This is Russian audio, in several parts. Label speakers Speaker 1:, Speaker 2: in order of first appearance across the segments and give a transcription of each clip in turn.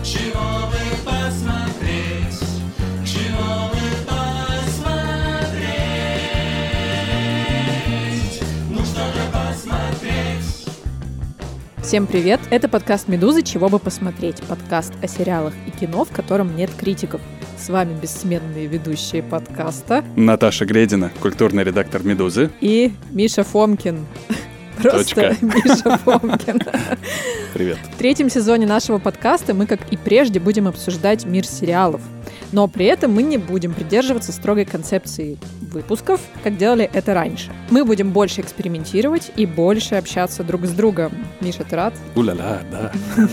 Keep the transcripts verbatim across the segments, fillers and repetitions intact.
Speaker 1: Чего бы посмотреть, чего бы посмотреть, ну что же посмотреть?
Speaker 2: Всем привет! Это подкаст «Медузы. Чего бы посмотреть?» Подкаст о сериалах и кино, в котором нет критиков. С вами бессменные ведущие подкаста
Speaker 3: Наташа Гредина, культурный редактор «Медузы».
Speaker 2: И Миша Фомкин. Просто
Speaker 3: Точка.
Speaker 2: Миша Фомкин.
Speaker 3: Привет.
Speaker 2: В третьем сезоне нашего подкаста мы, как и прежде, будем обсуждать мир сериалов. Но при этом мы не будем придерживаться строгой концепции выпусков, как делали это раньше. Мы будем больше экспериментировать и больше общаться друг с другом. Миша, ты рад?
Speaker 3: У-ля-ля, да.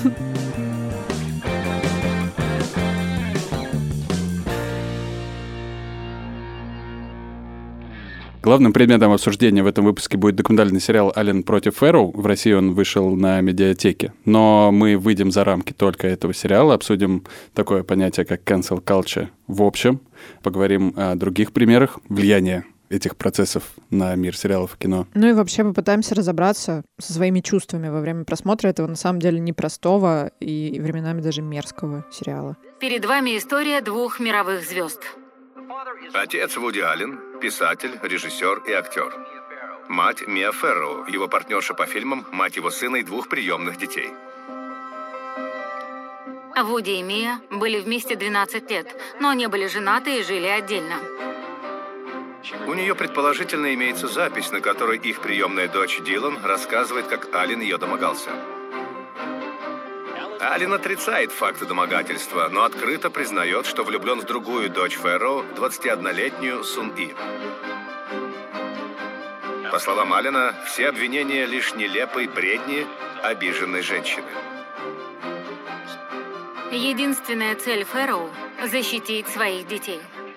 Speaker 3: Главным предметом обсуждения в этом выпуске будет документальный сериал «Ален против Фэрроу». В России он вышел на медиатеке. Но мы выйдем за рамки только этого сериала, обсудим такое понятие, как cancel culture в общем, поговорим о других примерах влияния этих процессов на мир сериалов и кино.
Speaker 2: Ну и вообще попытаемся разобраться со своими чувствами во время просмотра этого, на самом деле, непростого и временами даже мерзкого сериала.
Speaker 4: Перед вами история двух мировых звезд.
Speaker 5: Отец Вуди Аллен, писатель, режиссер и актер. Мать Миа Фэрроу, его партнерша по фильмам, мать его сына и двух приемных детей.
Speaker 4: Вуди и Мия были вместе двенадцать лет, но не были женаты и жили отдельно.
Speaker 5: У нее предположительно имеется запись, на которой их приемная дочь Дилан рассказывает, как Аллен ее домогался. Аллен отрицает факты домогательства, но открыто признает, что влюблен в другую дочь Фэрроу, двадцатиоднолетнюю Сун И. По словам Аллена, все обвинения лишь нелепой бредни обиженной женщины.
Speaker 4: Единственная цель Фэрроу – защитить своих детей.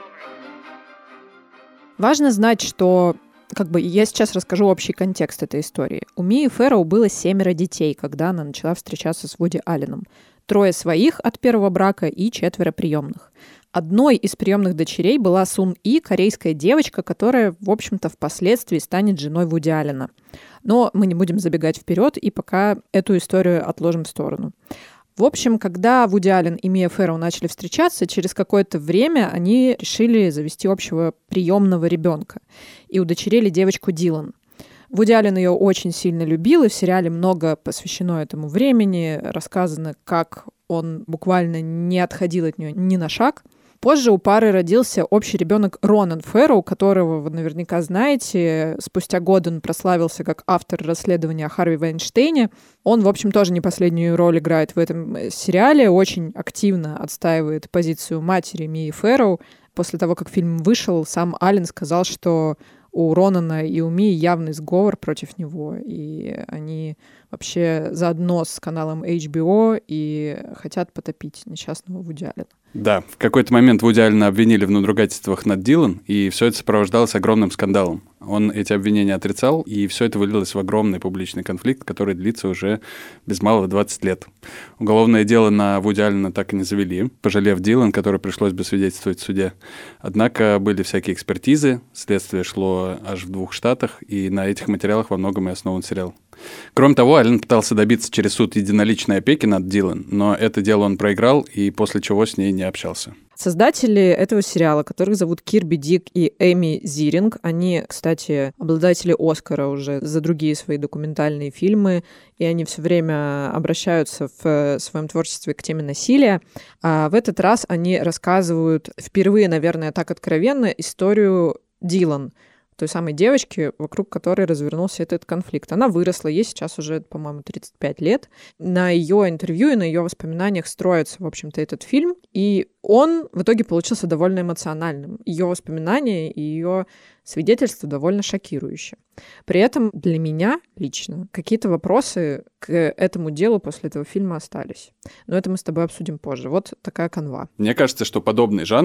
Speaker 2: Важно знать, что как бы я сейчас расскажу общий контекст этой истории. У Мии Фэрроу было семеро детей, когда она начала встречаться с Вуди Алленом. Трое своих от первого брака и четверо приемных. Одной из приемных дочерей была Сун И, корейская девочка, которая, в общем-то, впоследствии станет женой Вуди Аллена. Но мы не будем забегать вперед и пока эту историю отложим в сторону. В общем, когда Вуди Аллен и Мия Фэрроу начали встречаться, через какое-то время они решили завести общего приемного ребенка и удочерили девочку Дилан. Вуди Аллен ее очень сильно любил, и в сериале много посвящено этому времени, рассказано, как он буквально не отходил от нее ни на шаг. Позже у пары родился общий ребенок Ронан Фэрроу, которого вы наверняка знаете. Спустя годы он прославился как автор расследования о Харви Вайнштейне. Он, в общем, тоже не последнюю роль играет в этом сериале, очень активно отстаивает позицию матери Мии Фэрроу. После того, как фильм вышел, сам Аллен сказал, что у Ронана и у Мии явный сговор против него, и они вообще заодно с каналом эйч би о и хотят потопить несчастного Вуди Аллена.
Speaker 3: Да, в какой-то момент Вуди Аллена обвинили в надругательствах над Дилан, и все это сопровождалось огромным скандалом. Он эти обвинения отрицал, и все это вылилось в огромный публичный конфликт, который длится уже без малого двадцать лет. Уголовное дело на Вуди Аллена так и не завели, пожалев Дилан, которой пришлось бы свидетельствовать в суде. Однако были всякие экспертизы, следствие шло аж в двух штатах, и на этих материалах во многом и основан сериал. Кроме того, Аллен пытался добиться через суд единоличной опеки над Дилан, но это дело он проиграл, и после чего с ней не общался.
Speaker 2: Создатели этого сериала, которых зовут Кирби Дик и Эми Зиринг, они, кстати, обладатели Оскара уже за другие свои документальные фильмы, и они все время обращаются в своем творчестве к теме насилия. А в этот раз они рассказывают впервые, наверное, так откровенно историю Дилан, той самой девочки, вокруг которой развернулся этот конфликт. Она выросла, ей сейчас уже, по-моему, тридцать пять лет. На ее интервью и на ее воспоминаниях строится, в общем-то, этот фильм. И он в итоге получился довольно эмоциональным. Ее воспоминания и ее свидетельство довольно шокирующее. При этом для меня лично какие-то вопросы к этому делу после этого фильма остались. Но это мы с тобой обсудим позже. Вот такая канва.
Speaker 3: Мне кажется, что подобный жанр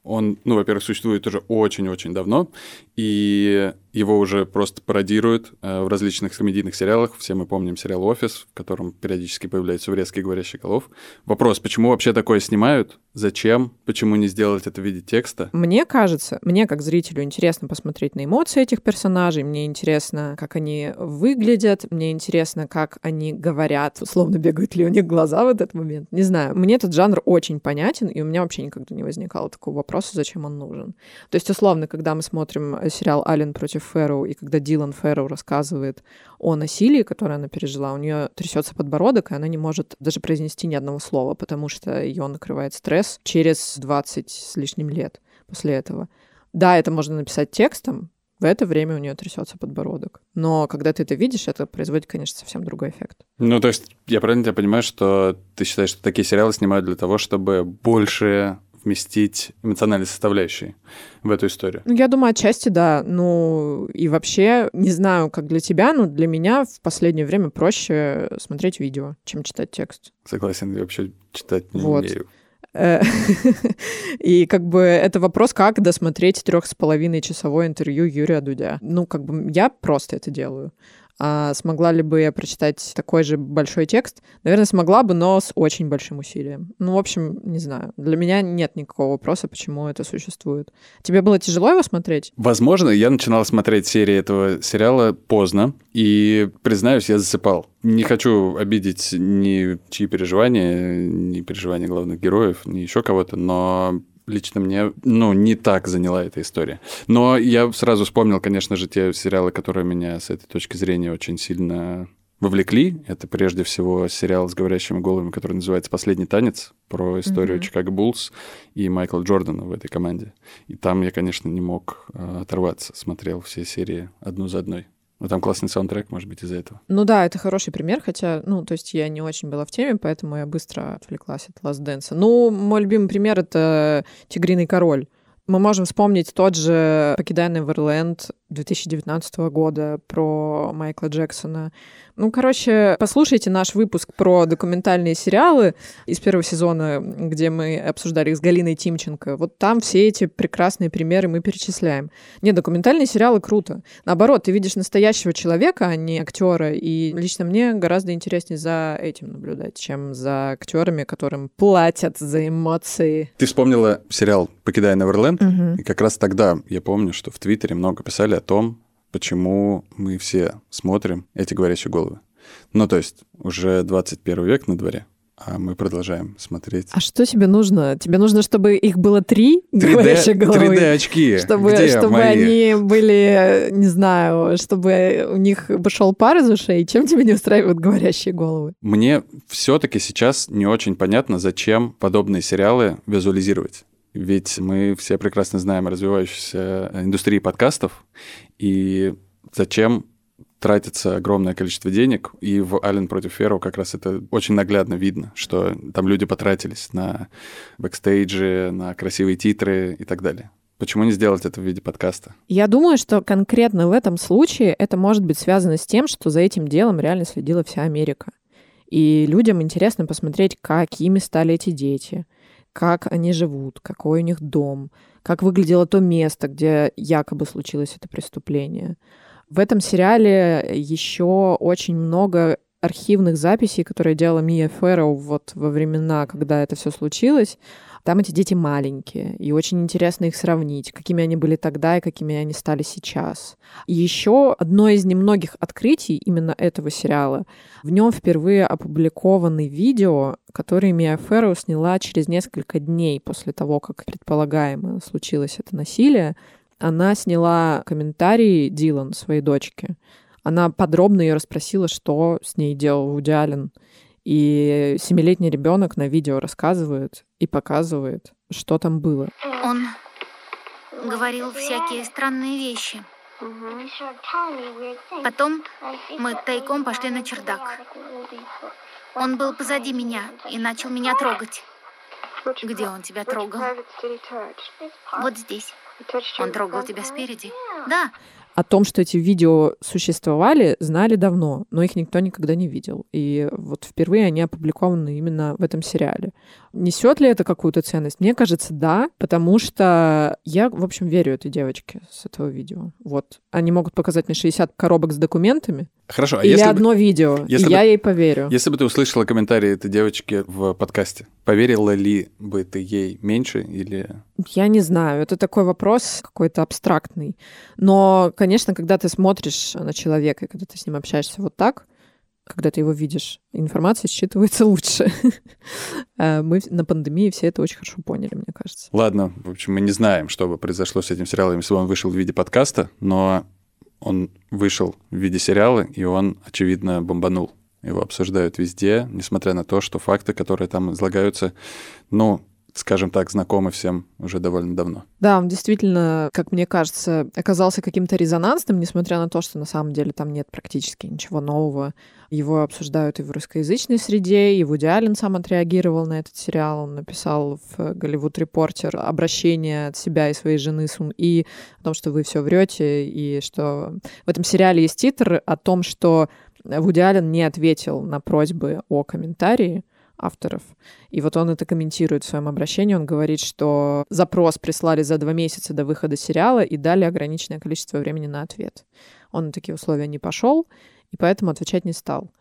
Speaker 3: Он, ну, во-первых, существует уже очень-очень давно, и его уже просто пародируют э, в различных комедийных сериалах. Все мы помним сериал «Офис», в котором периодически появляются врезки говорящих голов. Вопрос, почему вообще такое снимают? Зачем? Почему не сделать это в виде текста?
Speaker 2: Мне кажется, мне как зрителю интересно посмотреть на эмоции этих персонажей, мне интересно, как они выглядят, мне интересно, как они говорят, условно, бегают ли у них глаза в этот момент. Не знаю, мне этот жанр очень понятен, и у меня вообще никогда не возникало такого вопроса, зачем он нужен. То есть, условно, когда мы смотрим сериал «Аллен против Фэрроу», и когда Дилан Фэрроу рассказывает о насилии, которое она пережила, у нее трясется подбородок, и она не может даже произнести ни одного слова, потому что ее накрывает стресс через двадцать с лишним лет после этого. Да, это можно написать текстом, в это время у нее трясется подбородок. Но когда ты это видишь, это производит, конечно, совсем другой эффект.
Speaker 3: Ну, то есть, я правильно тебя понимаю, что ты считаешь, что такие сериалы снимают для того, чтобы больше вместить эмоциональные составляющие в эту историю?
Speaker 2: Ну, я думаю, отчасти да. Ну, и вообще, не знаю, как для тебя, но для меня в последнее время проще смотреть видео, чем читать текст.
Speaker 3: Согласен, я вообще читать не
Speaker 2: вот.
Speaker 3: умею.
Speaker 2: И как бы это вопрос, как досмотреть трех с половиной часовое интервью Юрия Дудя. Ну, как бы я просто это делаю. А смогла ли бы я прочитать такой же большой текст? Наверное, смогла бы, но с очень большим усилием. Ну, в общем, не знаю. Для меня нет никакого вопроса, почему это существует. Тебе было тяжело его смотреть?
Speaker 3: Возможно, я начинал смотреть серии этого сериала поздно, и, признаюсь, я засыпал. Не хочу обидеть ни чьи переживания, ни переживания главных героев, ни еще кого-то, но лично мне, ну, не так заняла эта история. Но я сразу вспомнил, конечно же, те сериалы, которые меня с этой точки зрения очень сильно вовлекли. Это прежде всего сериал с говорящими головами, который называется «Последний танец», про историю mm-hmm. Чикаго Буллс и Майкла Джордана в этой команде. И там я, конечно, не мог оторваться, смотрел все серии одну за одной. Но там классный саундтрек, может быть, из-за этого.
Speaker 2: Ну да, это хороший пример, хотя, ну, то есть я не очень была в теме, поэтому я быстро отвлеклась от Last Dance. Ну, мой любимый пример — это «Тигриный король». Мы можем вспомнить тот же «Покидая Неверленд» две тысячи девятнадцатого года про Майкла Джексона. Ну, короче, послушайте наш выпуск про документальные сериалы из первого сезона, где мы обсуждали их с Галиной Тимченко. Вот там все эти прекрасные примеры мы перечисляем. Нет, документальные сериалы круто. Наоборот, ты видишь настоящего человека, а не актера. И лично мне гораздо интереснее за этим наблюдать, чем за актерами, которым платят за эмоции.
Speaker 3: Ты вспомнила сериал «Покидая Неверленд»,
Speaker 2: угу.
Speaker 3: и как раз тогда я помню, что в Твиттере много писали о том, почему мы все смотрим эти говорящие головы. Ну, то есть уже двадцать первый век на дворе, а мы продолжаем смотреть.
Speaker 2: А что тебе нужно? Тебе нужно, чтобы их было три говорящие головы?
Speaker 3: три дэ-очки.
Speaker 2: Чтобы,
Speaker 3: Где
Speaker 2: чтобы
Speaker 3: мои?
Speaker 2: Они были, не знаю, чтобы у них шел пар из ушей. Чем тебя не устраивают говорящие головы?
Speaker 3: Мне все-таки сейчас не очень понятно, зачем подобные сериалы визуализировать. Ведь мы все прекрасно знаем о развивающейся индустрии подкастов, и зачем тратится огромное количество денег, и в «Аллен против Фэрроу» как раз это очень наглядно видно, что там люди потратились на бэкстейджи, на красивые титры и так далее. Почему не сделать это в виде подкаста?
Speaker 2: Я думаю, что конкретно в этом случае это может быть связано с тем, что за этим делом реально следила вся Америка. И людям интересно посмотреть, какими стали эти дети, как они живут, какой у них дом, как выглядело то место, где якобы случилось это преступление. В этом сериале еще очень много архивных записей, которые делала Мия Фэрроу вот во времена, когда это все случилось. Там эти дети маленькие, и очень интересно их сравнить, какими они были тогда и какими они стали сейчас. И еще одно из немногих открытий именно этого сериала. В нем впервые опубликованы видео, которые Мия Фэрроу сняла через несколько дней после того, как предполагаемо случилось это насилие. Она сняла комментарий Дилан, своей дочке. Она подробно ее расспросила, что с ней делал Вуди Аллен. И семилетний ребенок на видео рассказывает и показывает, что там было.
Speaker 4: Он говорил всякие странные вещи. Потом мы тайком пошли на чердак. Он был позади меня и начал меня трогать. Где он тебя трогал? Вот здесь. Он трогал тебя спереди? Да.
Speaker 2: О том, что эти видео существовали, знали давно, но их никто никогда не видел. И вот впервые они опубликованы именно в этом сериале. Несет ли это какую-то ценность? Мне кажется, да, потому что я, в общем, верю этой девочке с этого видео. Вот. Они могут показать мне шестьдесят коробок с документами.
Speaker 3: Хорошо, а
Speaker 2: или
Speaker 3: если
Speaker 2: одно
Speaker 3: бы,
Speaker 2: видео,
Speaker 3: если
Speaker 2: и
Speaker 3: бы,
Speaker 2: я ей поверю.
Speaker 3: Если бы ты услышала комментарии этой девочки в подкасте, поверила ли бы ты ей меньше или...
Speaker 2: Я не знаю, это такой вопрос какой-то абстрактный. Но, конечно, когда ты смотришь на человека, и когда ты с ним общаешься вот так, когда ты его видишь, информация считывается лучше. Мы на пандемии все это очень хорошо поняли, мне кажется.
Speaker 3: Ладно, в общем, мы не знаем, что бы произошло с этим сериалом, если бы он вышел в виде подкаста, но он вышел в виде сериала, и он, очевидно, бомбанул. Его обсуждают везде, несмотря на то, что факты, которые там излагаются, ну, скажем так, знакомы всем уже довольно давно.
Speaker 2: Да, он действительно, как мне кажется, оказался каким-то резонансным, несмотря на то, что на самом деле там нет практически ничего нового. Его обсуждают и в русскоязычной среде, и Вуди Аллен сам отреагировал на этот сериал. Он написал в Hollywood Reporter обращение от себя и своей жены Сун И о том, что вы все врете, и что в этом сериале есть титр о том, что Вуди Аллен не ответил на просьбы о комментарии авторов. И вот он это комментирует в своем обращении. Он говорит, что запрос прислали за два месяца до выхода сериала и дали ограниченное количество времени на ответ. Он на такие условия не пошел, и поэтому отвечать не стал.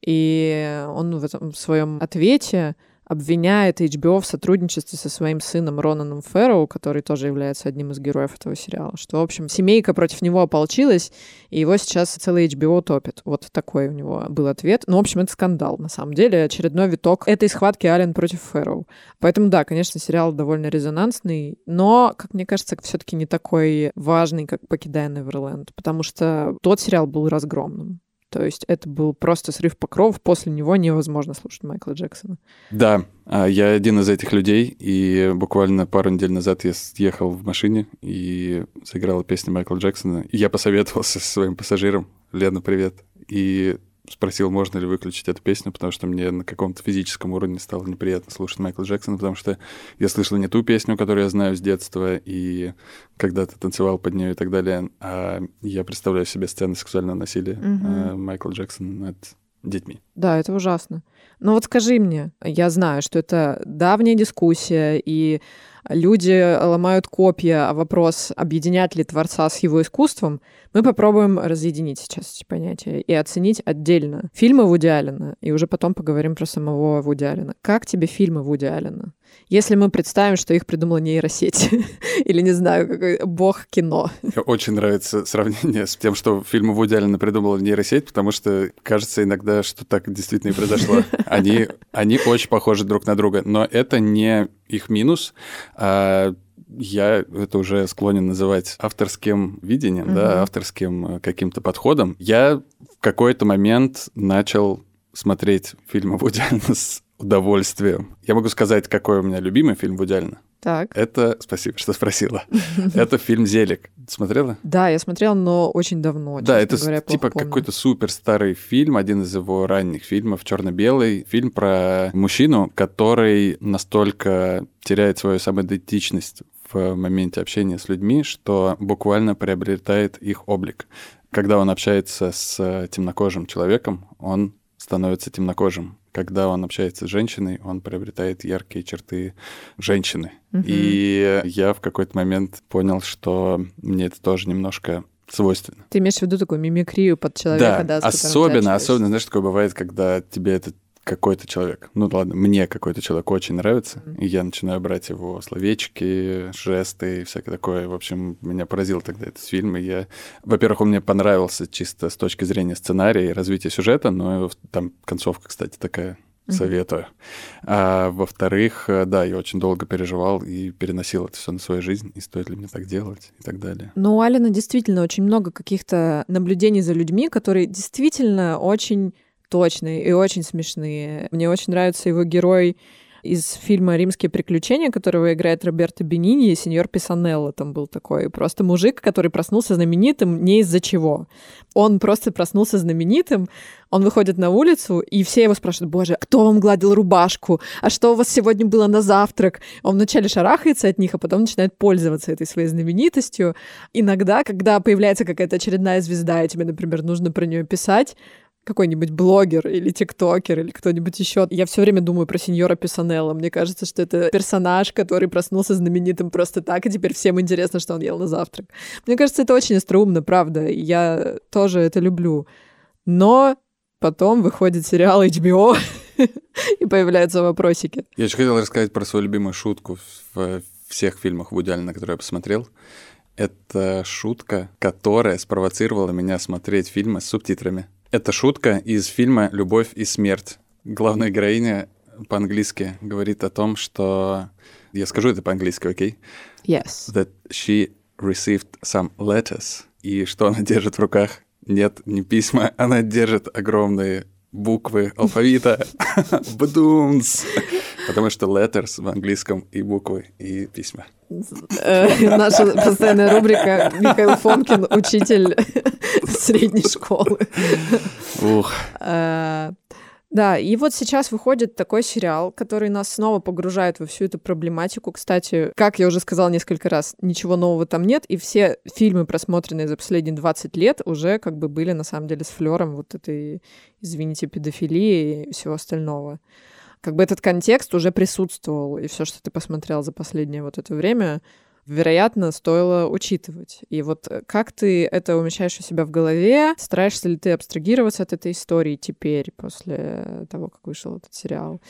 Speaker 2: И он в этом в своем ответе обвиняет эйч би о в сотрудничестве со своим сыном Ронаном Фэрроу, который тоже является одним из героев этого сериала, что, в общем, семейка против него ополчилась, и его сейчас целый эйч би о топит. Вот такой у него был ответ. Ну, в общем, это скандал, на самом деле, очередной виток этой схватки Аллен против Фэрроу. Поэтому, да, конечно, сериал довольно резонансный, но, как мне кажется, все-таки не такой важный, как «Покидая Неверленд», потому что тот сериал был разгромным. То есть это был просто срыв покровов, после него невозможно слушать Майкла Джексона.
Speaker 3: Да, я один из этих людей, и буквально пару недель назад я ехал в машине и сыграла песню Майкла Джексона. И я посоветовался со своим пассажиром, Лена, привет, и спросил, можно ли выключить эту песню, потому что мне на каком-то физическом уровне стало неприятно слушать Майкла Джексона, потому что я слышал не ту песню, которую я знаю с детства, и когда-то танцевал под нее и так далее, а я представляю себе сцены сексуального насилия mm-hmm. Майкла Джексона над детьми.
Speaker 2: Да, это ужасно. Но вот скажи мне, я знаю, что это давняя дискуссия, и люди ломают копья, а вопрос, объединять ли творца с его искусством, мы попробуем разъединить сейчас эти понятия и оценить отдельно фильмы Вуди Аллена, и уже потом поговорим про самого Вуди Аллена. Как тебе фильмы Вуди Аллена? Если мы представим, что их придумала нейросеть, или, не знаю, какой бог кино.
Speaker 3: Мне очень нравится сравнение с тем, что фильмы Вуди Аллена придумала нейросеть, потому что кажется иногда, что так действительно и произошло. Они, они очень похожи друг на друга, но это не их минус, а я это уже склонен называть авторским видением, mm-hmm. да, авторским каким-то подходом. Я в какой-то момент начал смотреть фильмы Вуди Аллена с удовольствием. Я могу сказать, какой у меня любимый фильм Вуди Аллена.
Speaker 2: Так.
Speaker 3: Это, спасибо, что спросила. Это фильм «Зелик». Смотрела?
Speaker 2: Да, я смотрела, но очень давно.
Speaker 3: Да, это
Speaker 2: говоря,
Speaker 3: типа какой-то супер старый фильм, один из его ранних фильмов, черно-белый. Фильм про мужчину, который настолько теряет свою самоидентичность в моменте общения с людьми, что буквально приобретает их облик. Когда он общается с темнокожим человеком, он становится темнокожим. Когда он общается с женщиной, он приобретает яркие черты женщины. Mm-hmm. И я в какой-то момент понял, что мне это тоже немножко свойственно.
Speaker 2: Ты имеешь в виду такую мимикрию под человека, да?
Speaker 3: Да, особенно, особенно, знаешь, такое бывает, когда тебе этот какой-то человек, ну ладно, мне какой-то человек очень нравится, mm-hmm. и я начинаю брать его словечки, жесты и всякое такое. В общем, меня поразил тогда этот фильм, и я... Во-первых, он мне понравился чисто с точки зрения сценария и развития сюжета, но там концовка, кстати, такая, mm-hmm. советую. А во-вторых, да, я очень долго переживал и переносил это все на свою жизнь, и стоит ли мне так делать, и так далее.
Speaker 2: Но у Аллена действительно очень много каких-то наблюдений за людьми, которые действительно очень... точные и очень смешные. Мне очень нравится его герой из фильма «Римские приключения», которого играет Роберто Бенини, сеньор Писанелло там был такой. Просто мужик, который проснулся знаменитым не из-за чего. Он просто проснулся знаменитым, он выходит на улицу, и все его спрашивают: «Боже, кто вам гладил рубашку? А что у вас сегодня было на завтрак?» Он вначале шарахается от них, а потом начинает пользоваться этой своей знаменитостью. Иногда, когда появляется какая-то очередная звезда, и тебе, например, нужно про нее писать, какой-нибудь блогер или тиктокер или кто-нибудь еще. Я все время думаю про сеньора Писанелло. Мне кажется, что это персонаж, который проснулся знаменитым просто так, и теперь всем интересно, что он ел на завтрак. Мне кажется, это очень остроумно, правда. Я тоже это люблю. Но потом выходит сериал эйч би о, и появляются вопросики.
Speaker 3: Я еще хотел рассказать про свою любимую шутку в всех фильмах Вуди Аллена, которые я посмотрел. Это шутка, которая спровоцировала меня смотреть фильмы с субтитрами. Это шутка из фильма «Любовь и смерть». Главная героиня по-английски говорит о том, что... Я скажу это по-английски, окей?
Speaker 2: Okay? Yes.
Speaker 3: That she received some letters. И что она держит в руках? Нет, не письма. Она держит огромные буквы алфавита. Бдумс. Потому что letters в английском и буквы, и письма.
Speaker 2: Наша постоянная рубрика «Михаил Фомкин, учитель средней школы».
Speaker 3: Ух.
Speaker 2: Да, и вот сейчас выходит такой сериал, который нас снова погружает во всю эту проблематику. Кстати, как я уже сказала несколько раз, ничего нового там нет, и все фильмы, просмотренные за последние двадцать лет, уже как бы были на самом деле с флером вот этой, извините, педофилии и всего остального. Как бы этот контекст уже присутствовал, и все, что ты посмотрел за последнее вот это время, вероятно, стоило учитывать. И вот как ты это умещаешь у себя в голове? Стараешься ли ты абстрагироваться от этой истории теперь, после того, как вышел этот сериал?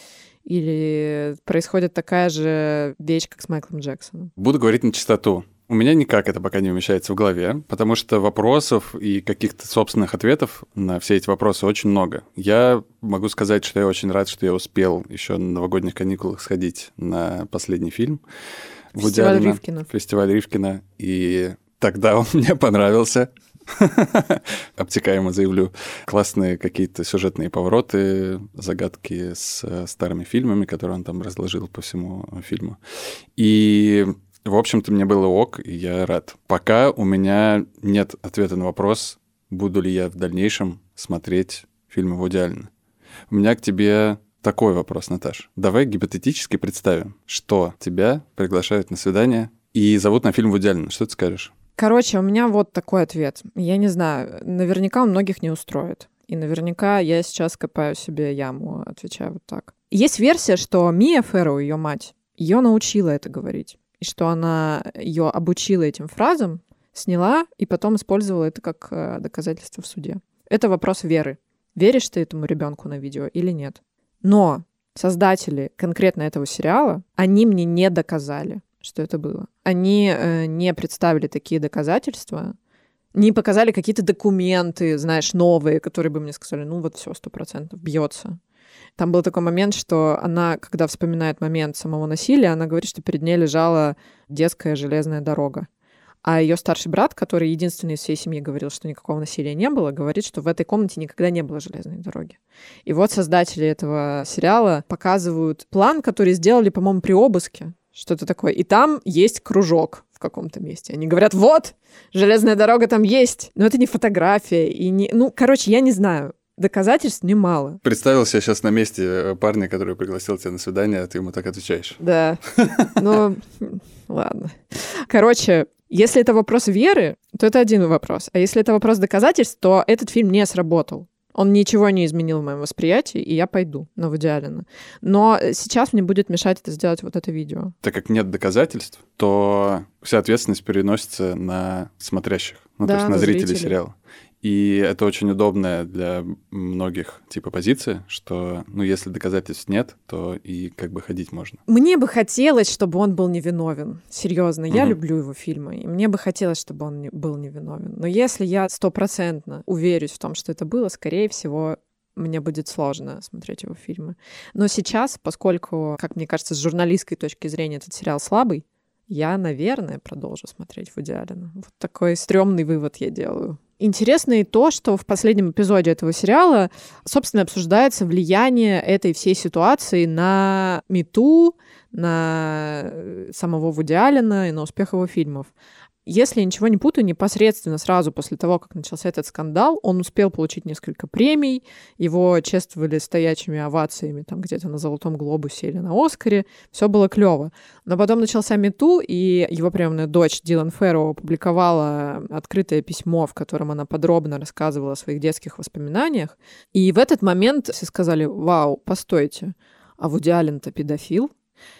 Speaker 2: Или происходит такая же вещь, как с Майклом Джексоном?
Speaker 3: Буду говорить на чистоту. У меня никак это пока не умещается в голове, потому что вопросов и каких-то собственных ответов на все эти вопросы очень много. Я могу сказать, что я очень рад, что я успел еще на новогодних каникулах сходить на последний фильм.
Speaker 2: Фестиваль Аллена, Ривкина.
Speaker 3: Фестиваль Ривкина. И тогда он мне понравился. Обтекаемо заявлю. Классные какие-то сюжетные повороты, загадки с старыми фильмами, которые он там разложил по всему фильму. И, в общем-то, мне было ок, и я рад. Пока у меня нет ответа на вопрос, буду ли я в дальнейшем смотреть фильмы Вуди Аллена. У меня к тебе... Такой вопрос, Наташ. Давай гипотетически представим, что тебя приглашают на свидание и зовут на фильм Вуди Аллена. Что ты скажешь?
Speaker 2: Короче, у меня вот такой ответ. Я не знаю, наверняка он многих не устроит. И наверняка я сейчас копаю себе яму, отвечаю вот так. Есть версия, что Мия Ферроу, ее мать, ее научила это говорить. И что она ее обучила этим фразам, сняла и потом использовала это как доказательство в суде. Это вопрос веры. Веришь ты этому ребенку на видео или нет? Но создатели конкретно этого сериала, они мне не доказали, что это было. Они э, не представили такие доказательства, не показали какие-то документы, знаешь, новые, которые бы мне сказали, ну вот все, сто процентов бьется. Там был такой момент, что она, когда вспоминает момент самого насилия, она говорит, что перед ней лежала детская железная дорога. А ее старший брат, который единственный из всей семьи говорил, что никакого насилия не было, говорит, что в этой комнате никогда не было железной дороги. И вот создатели этого сериала показывают план, который сделали, по-моему, при обыске. Что-то такое. И там есть кружок в каком-то месте. Они говорят, вот, железная дорога там есть. Но это не фотография. И не... Ну, короче, я не знаю. Доказательств немало.
Speaker 3: Представил себя сейчас на месте парня, который пригласил тебя на свидание, а ты ему так отвечаешь.
Speaker 2: Да. Ну, ладно. Короче, если это вопрос веры, то это один вопрос. А если это вопрос доказательств, то этот фильм не сработал. Он ничего не изменил в моем восприятии, и я пойду на Вуди Аллена. Но сейчас мне будет мешать это сделать вот это видео.
Speaker 3: Так как нет доказательств, то вся ответственность переносится на смотрящих, ну,
Speaker 2: да,
Speaker 3: то есть на, на зрителей,
Speaker 2: зрителей
Speaker 3: сериала. И это очень удобная для многих типа позиция, что, ну, если доказательств нет, то и как бы ходить можно.
Speaker 2: Мне бы хотелось, чтобы он был невиновен. Серьезно, я
Speaker 3: Угу.
Speaker 2: люблю его фильмы, и мне бы хотелось, чтобы он не- был невиновен. Но если я стопроцентно уверюсь в том, что это было, скорее всего, мне будет сложно смотреть его фильмы. Но сейчас, поскольку, как мне кажется, с журналистской точки зрения этот сериал слабый, я, наверное, продолжу смотреть Вуди Аллена. Вот такой стрёмный вывод я делаю. Интересно и то, что в последнем эпизоде этого сериала, собственно, обсуждается влияние этой всей ситуации на Me Too, на самого Вуди Аллена и на успех его фильмов. Если я ничего не путаю, непосредственно сразу после того, как начался этот скандал, он успел получить несколько премий, его чествовали стоячими овациями там где-то на Золотом глобусе или на Оскаре, все было клево. Но потом начался мету, и его приемная дочь Дилан Фэрроу опубликовала открытое письмо, в котором она подробно рассказывала о своих детских воспоминаниях. И в этот момент все сказали: «Вау, постойте, а Вуди Аллен-то педофил?»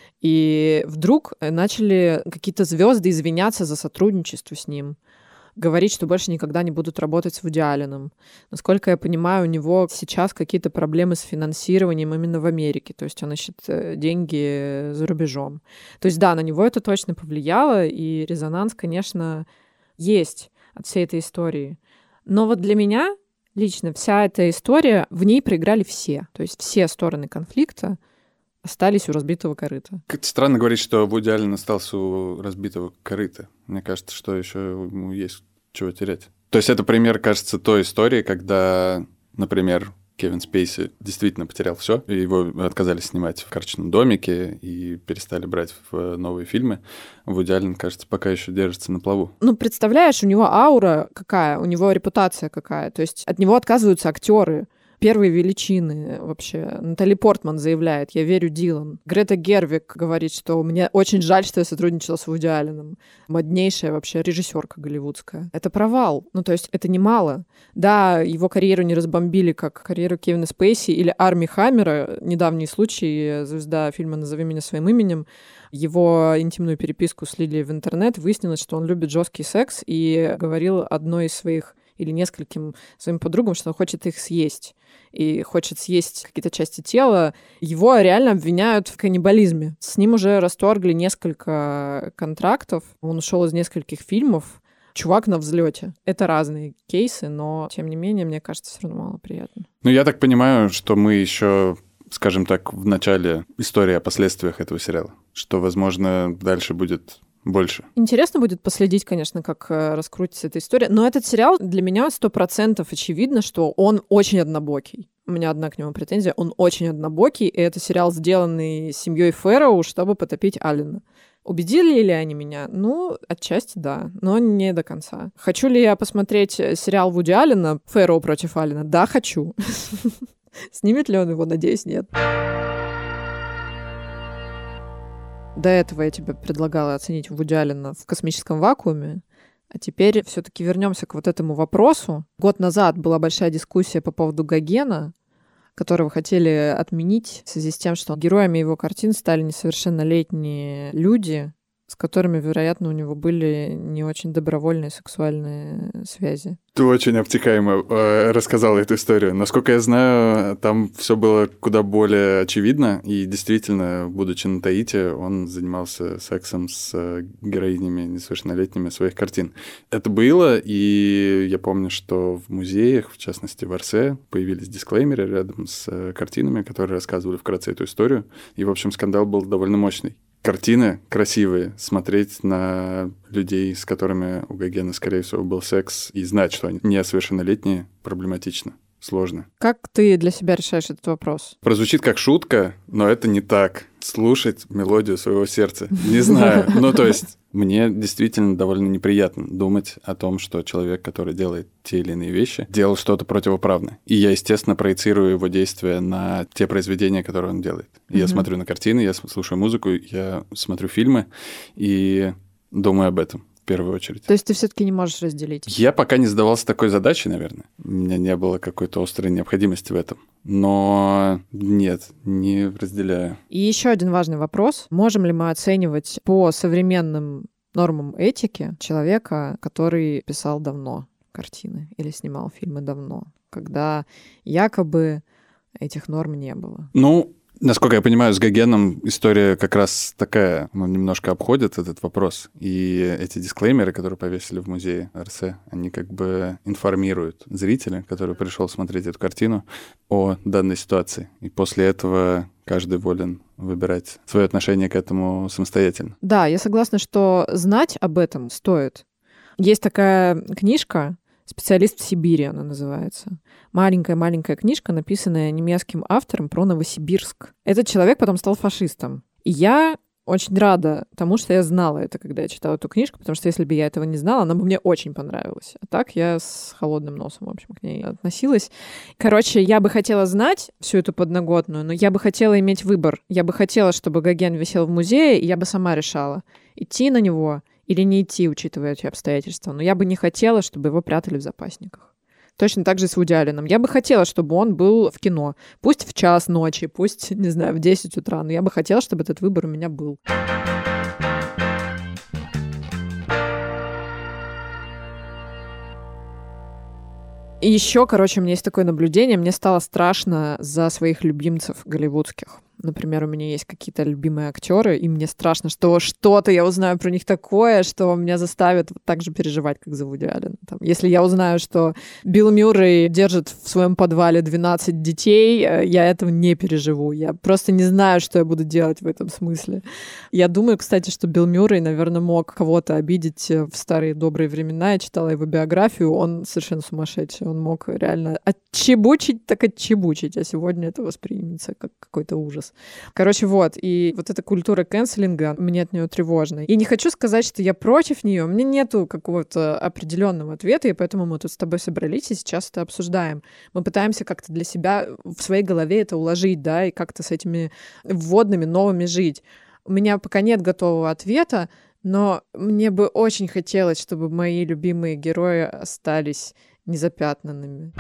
Speaker 2: И вдруг начали какие-то звезды извиняться за сотрудничество с ним, говорить, что больше никогда не будут работать с Вуди Алленом. Насколько я понимаю, у него сейчас какие-то проблемы с финансированием именно в Америке, то есть он ищет деньги за рубежом. То есть да, на него это точно повлияло, и резонанс, конечно, есть от всей этой истории. Но вот для меня лично вся эта история, в ней проиграли все. То есть все стороны конфликта остались у разбитого корыта.
Speaker 3: Как-то странно говорить, что Вуди Аллен остался у разбитого корыта. Мне кажется, что еще ему есть чего терять. То есть это пример, кажется, той истории, когда, например, Кевин Спейси действительно потерял все, и его отказались снимать в карточном домике и перестали брать в новые фильмы. Вуди Аллен, кажется, пока еще держится на плаву.
Speaker 2: Ну, представляешь, у него аура какая, у него репутация какая. То есть от него отказываются актеры. Первые величины вообще. Натали Портман заявляет: «Я верю Дилан». Грета Гервиг говорит, что мне очень жаль, что я сотрудничала с Вуди Алленом. Моднейшая вообще режиссерка голливудская. Это провал. Ну, то есть это немало. Да, его карьеру не разбомбили, как карьеру Кевина Спейси или Арми Хаммера. Недавний случай, звезда фильма «Назови меня своим именем». Его интимную переписку слили в интернет. Выяснилось, что он любит жесткий секс, и говорил одной из своих или нескольким своим подругам, что он хочет их съесть. И хочет съесть какие-то части тела. Его реально обвиняют в каннибализме. С ним уже расторгли несколько контрактов. Он ушел из нескольких фильмов. Чувак на взлете. Это разные кейсы, но, тем не менее, мне кажется, все равно мало приятно.
Speaker 3: Ну, я так понимаю, что мы еще, скажем так, в начале истории о последствиях этого сериала. Что, возможно, дальше будет больше.
Speaker 2: Интересно будет последить, конечно, как раскрутится эта история. Но этот сериал для меня сто процентов очевидно, что он очень однобокий. У меня одна к нему претензия. Он очень однобокий, и это сериал, сделанный семьей Фэрроу, чтобы потопить Аллена. Убедили ли они меня? Ну, отчасти да, но не до конца. Хочу ли я посмотреть сериал Вуди Аллена «Фэрроу против Аллена»? Да, хочу. Снимет ли он его? Надеюсь, нет. До этого я тебе предлагала оценить Вуди Аллена в «Космическом вакууме», а теперь все-таки вернемся к вот этому вопросу. Год назад была большая дискуссия по поводу Гогена, которого хотели отменить в связи с тем, что героями его картин стали несовершеннолетние люди, с которыми, вероятно, у него были не очень добровольные сексуальные связи.
Speaker 3: Ты очень обтекаемо э, рассказала эту историю. Насколько я знаю, там все было куда более очевидно, и действительно, будучи на Таити, он занимался сексом с героинями несовершеннолетними своих картин. Это было, и я помню, что в музеях, в частности в Орсе, появились дисклеймеры рядом с картинами, которые рассказывали вкратце эту историю, и, в общем, скандал был довольно мощный. Картины красивые, смотреть на людей, с которыми у Гогена, скорее всего, был секс, и знать, что они несовершеннолетние, проблематично, сложно.
Speaker 2: Как ты для себя решаешь этот вопрос?
Speaker 3: Прозвучит как шутка, но это не так. Слушать мелодию своего сердца. Не знаю. Ну, то есть, мне действительно довольно неприятно думать о том, что человек, который делает те или иные вещи, делал что-то противоправное. И я, естественно, проецирую его действия на те произведения, которые он делает. Mm-hmm. Я смотрю на картины, я слушаю музыку, я смотрю фильмы и думаю об этом. В первую очередь.
Speaker 2: То есть ты все-таки не можешь разделить?
Speaker 3: Я пока не задавался такой задачей, наверное. У меня не было какой-то острой необходимости в этом. Но нет, не разделяю.
Speaker 2: И еще один важный вопрос. Можем ли мы оценивать по современным нормам этики человека, который писал давно картины или снимал фильмы давно, когда якобы этих норм не было?
Speaker 3: Ну, насколько я понимаю, с Гогеном история как раз такая, он немножко обходит этот вопрос, и эти дисклеймеры, которые повесили в музее Орсе, они как бы информируют зрителя, который пришел смотреть эту картину, о данной ситуации. И после этого каждый волен выбирать свое отношение к этому самостоятельно.
Speaker 2: Да, я согласна, что знать об этом стоит. Есть такая книжка «Специалист в Сибири» она называется. Маленькая-маленькая книжка, написанная немецким автором про Новосибирск. Этот человек потом стал фашистом. И я очень рада тому, что я знала это, когда я читала эту книжку, потому что если бы я этого не знала, она бы мне очень понравилась. А так я с холодным носом, в общем, к ней относилась. Короче, я бы хотела знать всю эту подноготную, но я бы хотела иметь выбор. Я бы хотела, чтобы Гоген висел в музее, и я бы сама решала, идти на него или не идти, учитывая эти обстоятельства. Но я бы не хотела, чтобы его прятали в запасниках. Точно так же с Вуди Алленом. Я бы хотела, чтобы он был в кино. Пусть в час ночи, пусть, не знаю, в десять утра, но я бы хотела, чтобы этот выбор у меня был. И еще, короче, у меня есть такое наблюдение. Мне стало страшно за своих любимцев голливудских. Например, у меня есть какие-то любимые актеры, и мне страшно, что что-то я узнаю про них такое, что меня заставит вот так же переживать, как за Вуди Аллена. Там, если я узнаю, что Билл Мюррей держит в своем подвале двенадцать детей, я этого не переживу. Я просто не знаю, что я буду делать в этом смысле. Я думаю, кстати, что Билл Мюррей, наверное, мог кого-то обидеть в старые добрые времена. Я читала его биографию, он совершенно сумасшедший. Он мог реально отчебучить, так отчебучить, а сегодня это воспримется как какой-то ужас. Короче, вот. И вот эта культура канцелинга, мне от нее тревожно. И не хочу сказать, что я против нее. У меня нету какого-то определенного ответа, и поэтому мы тут с тобой собрались и сейчас это обсуждаем. Мы пытаемся как-то для себя в своей голове это уложить, да, и как-то с этими вводными новыми жить. У меня пока нет готового ответа, но мне бы очень хотелось, чтобы мои любимые герои остались незапятнанными.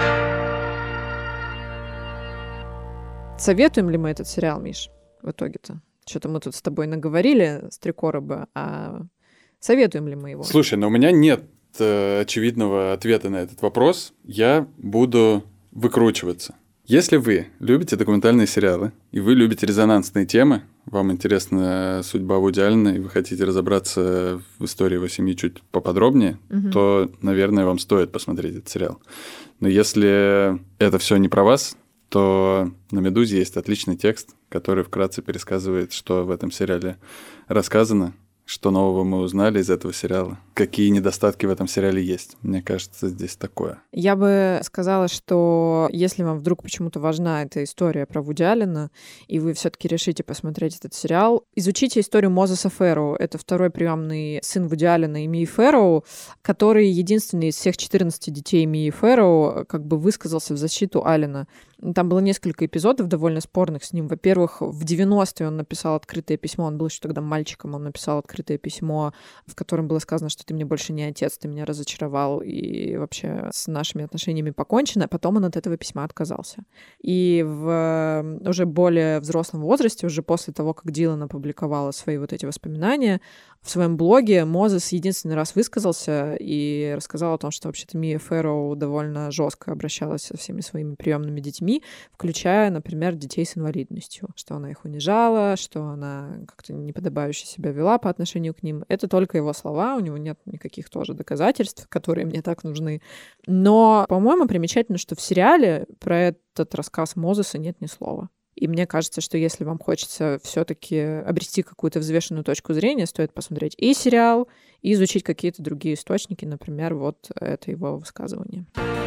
Speaker 2: Советуем ли мы этот сериал, Миш, в итоге-то? Что-то мы тут с тобой наговорили с три короба, а советуем ли мы его?
Speaker 3: Слушай, но у меня нет э, очевидного ответа на этот вопрос. Я буду выкручиваться. Если вы любите документальные сериалы, и вы любите резонансные темы, вам интересна судьба Вуди Аллена, и вы хотите разобраться в истории его семьи чуть поподробнее, угу. то, наверное, вам стоит посмотреть этот сериал. Но если это все не про вас, то на «Медузе» есть отличный текст, который вкратце пересказывает, что в этом сериале рассказано, что нового мы узнали из этого сериала, какие недостатки в этом сериале есть. Мне кажется, здесь такое.
Speaker 2: Я бы сказала, что если вам вдруг почему-то важна эта история про Вуди Аллена, и вы все-таки решите посмотреть этот сериал, изучите историю Мозеса Фэрроу. Это второй приемный сын Вуди Аллена и Мии Фэрроу, который единственный из всех четырнадцати детей Мии Фэрроу как бы высказался в защиту Аллена. Там было несколько эпизодов довольно спорных с ним. Во-первых, в девяностые он написал открытое письмо, он был еще тогда мальчиком, он написал открытое письмо, в котором было сказано, что ты мне больше не отец, ты меня разочаровал, и вообще с нашими отношениями покончено. Потом он от этого письма отказался. И в уже более взрослом возрасте, уже после того, как Дилан опубликовала свои вот эти воспоминания, в своем блоге Мозес единственный раз высказался и рассказал о том, что вообще-то Мия Фэрроу довольно жестко обращалась со всеми своими приемными детьми, включая, например, детей с инвалидностью, что она их унижала, что она как-то неподобающе себя вела по отношению к ним. Это только его слова, у него нет никаких тоже доказательств, которые мне так нужны. Но, по-моему, примечательно, что в сериале про этот рассказ Мозеса нет ни слова. И мне кажется, что если вам хочется все-таки обрести какую-то взвешенную точку зрения, стоит посмотреть и сериал, и изучить какие-то другие источники, например, вот это его высказывание.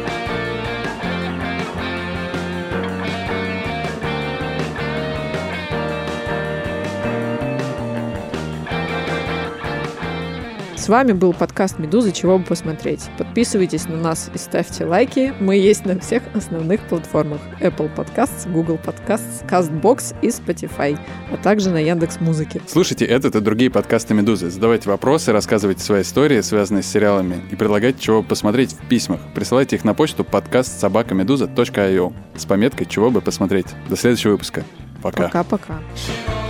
Speaker 2: С вами был подкаст «Медузы. Чего бы посмотреть». Подписывайтесь на нас и ставьте лайки. Мы есть на всех основных платформах: Apple Podcasts, Google Podcasts, CastBox и Spotify, а также на Яндекс.Музыке.
Speaker 3: Слушайте этот и другие подкасты «Медузы». Задавайте вопросы, рассказывайте свои истории, связанные с сериалами, и предлагайте, чего бы посмотреть в письмах. Присылайте их на почту подкаст собака медуза точка ай о с пометкой «Чего бы посмотреть». До следующего выпуска. Пока.
Speaker 2: Пока-пока.